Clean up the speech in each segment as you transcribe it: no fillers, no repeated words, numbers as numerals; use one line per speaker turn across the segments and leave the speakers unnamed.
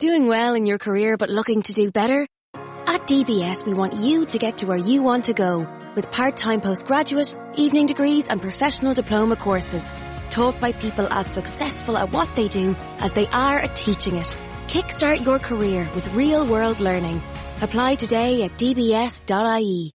Doing well in your career but looking to do better? At DBS, we want you to get to where you want to go with part-time postgraduate, evening degrees and professional diploma courses taught by people as successful at what they do as they are at teaching it. Kickstart your career with real-world learning. Apply today at dbs.ie.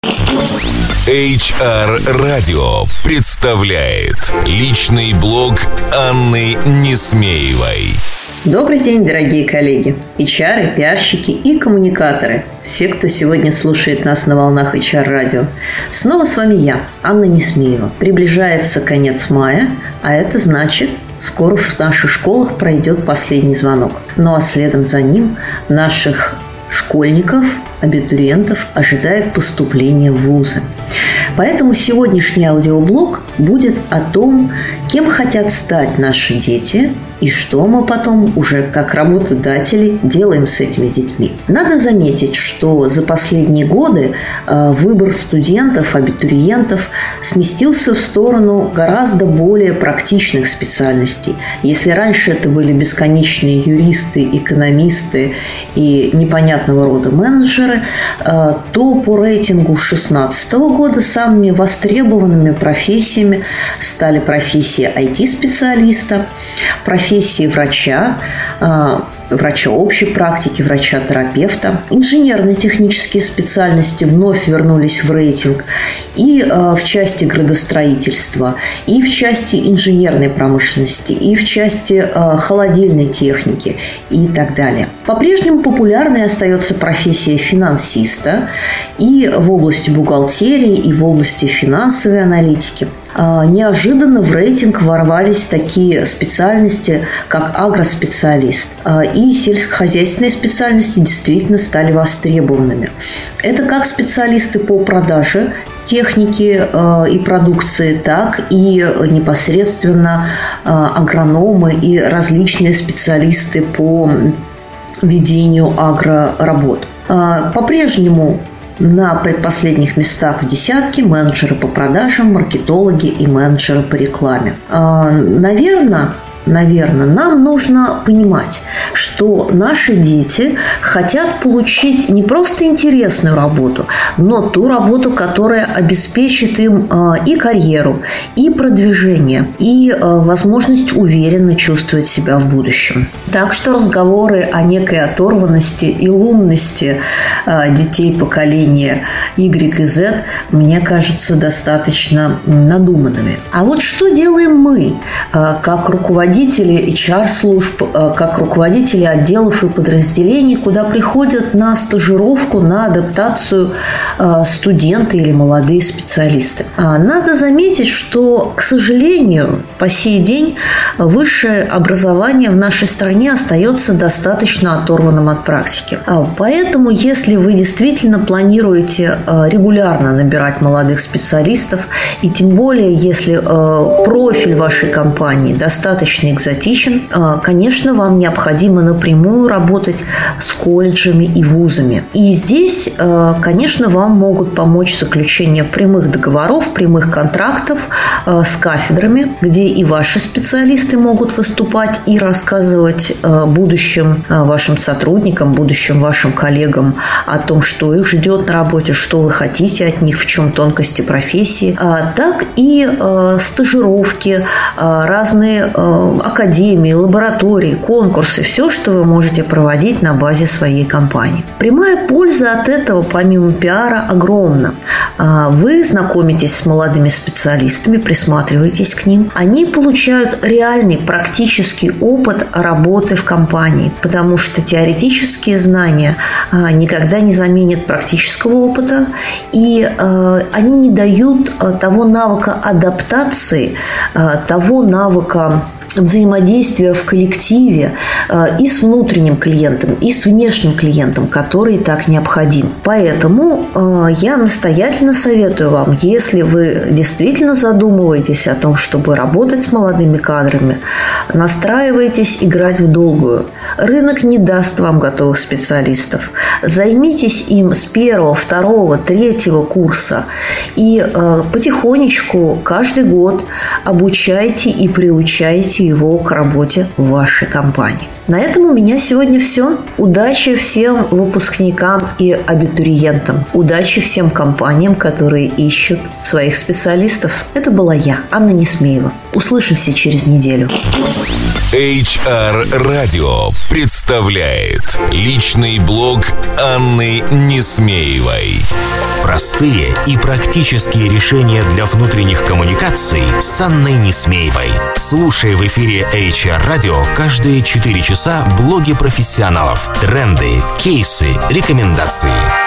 HR Radio представляет личный блог Анны Несмеевой.
Добрый день, дорогие коллеги, HR, пиарщики и коммуникаторы. Все, кто сегодня слушает нас на волнах HR-радио. Снова с вами я, Анна Несмеева. Приближается конец мая, а это значит, скоро в наших школах пройдет последний звонок. Ну а следом за ним наших школьников, абитуриентов ожидает поступление в вузы. Поэтому сегодняшний аудиоблог будет о том, кем хотят стать наши дети и что мы потом уже как работодатели делаем с этими детьми. Надо заметить, что за последние годы выбор студентов, абитуриентов сместился в сторону гораздо более практичных специальностей. Если раньше это были бесконечные юристы, экономисты и непонятного рода менеджеры, то по рейтингу 2016 года самыми востребованными профессиями стали профессия IT-специалиста, профессии врача, врача общей практики, врача-терапевта. Инженерно-технические специальности вновь вернулись в рейтинг и в части градостроительства, и в части инженерной промышленности, и в части холодильной техники и так далее. По-прежнему популярной остается профессия финансиста и в области бухгалтерии, и в области финансовой аналитики. Неожиданно в рейтинг ворвались такие специальности, как агроспециалист. И сельскохозяйственные специальности действительно стали востребованными. Это как специалисты по продаже техники и продукции, так и непосредственно агрономы и различные специалисты по ведению агроработ. По-прежнему на предпоследних местах в десятке менеджеры по продажам, маркетологи и менеджеры по рекламе. Наверное, нам нужно понимать, что наши дети хотят получить не просто интересную работу, но ту работу, которая обеспечит им и карьеру, и продвижение, и возможность уверенно чувствовать себя в будущем. Так что разговоры о некой оторванности и лунности детей поколения Y и Z мне кажутся достаточно надуманными. А вот что делаем мы, как руководители HR-служб, как руководители отделов и подразделений, куда приходят на стажировку, на адаптацию студенты или молодые специалисты? Надо заметить, что, к сожалению, по сей день высшее образование в нашей стране остается достаточно оторванным от практики. Поэтому, если вы действительно планируете регулярно набирать молодых специалистов, и тем более, если профиль вашей компании достаточно экзотичен, конечно, вам необходимо напрямую работать с колледжами и вузами. И здесь, конечно, вам могут помочь заключение прямых договоров, прямых контрактов с кафедрами, где и ваши специалисты могут выступать и рассказывать будущим вашим сотрудникам, будущим вашим коллегам о том, что их ждет на работе, что вы хотите от них, в чем тонкости профессии, так и стажировки, разные академии, лаборатории, конкурсы, все, что вы можете проводить на базе своей компании. Прямая польза от этого, помимо пиара, огромна. Вы знакомитесь с молодыми специалистами, присматриваетесь к ним. Они получают реальный практический опыт работы в компании, потому что теоретические знания никогда не заменят практического опыта, и они не дают того навыка адаптации, того навыка взаимодействия в коллективе и с внутренним клиентом, и с внешним клиентом, который так необходим. Поэтому я настоятельно советую вам, если вы действительно задумываетесь о том, чтобы работать с молодыми кадрами, настраивайтесь играть в долгую. Рынок не даст вам готовых специалистов. Займитесь им с 1, 2, 3 курса и потихонечку каждый год обучайте и приучайте его к работе в вашей компании. На этом у меня сегодня все. Удачи всем выпускникам и абитуриентам. Удачи всем компаниям, которые ищут своих специалистов. Это была я, Анна Несмеева. Услышимся через неделю.
HR Radio представляет личный блог Анны Несмеевой.
Простые и практические решения для внутренних коммуникаций с Анной Несмеевой. Слушай в эфире HR Radio каждые 4 часа блоги профессионалов, тренды, кейсы, рекомендации.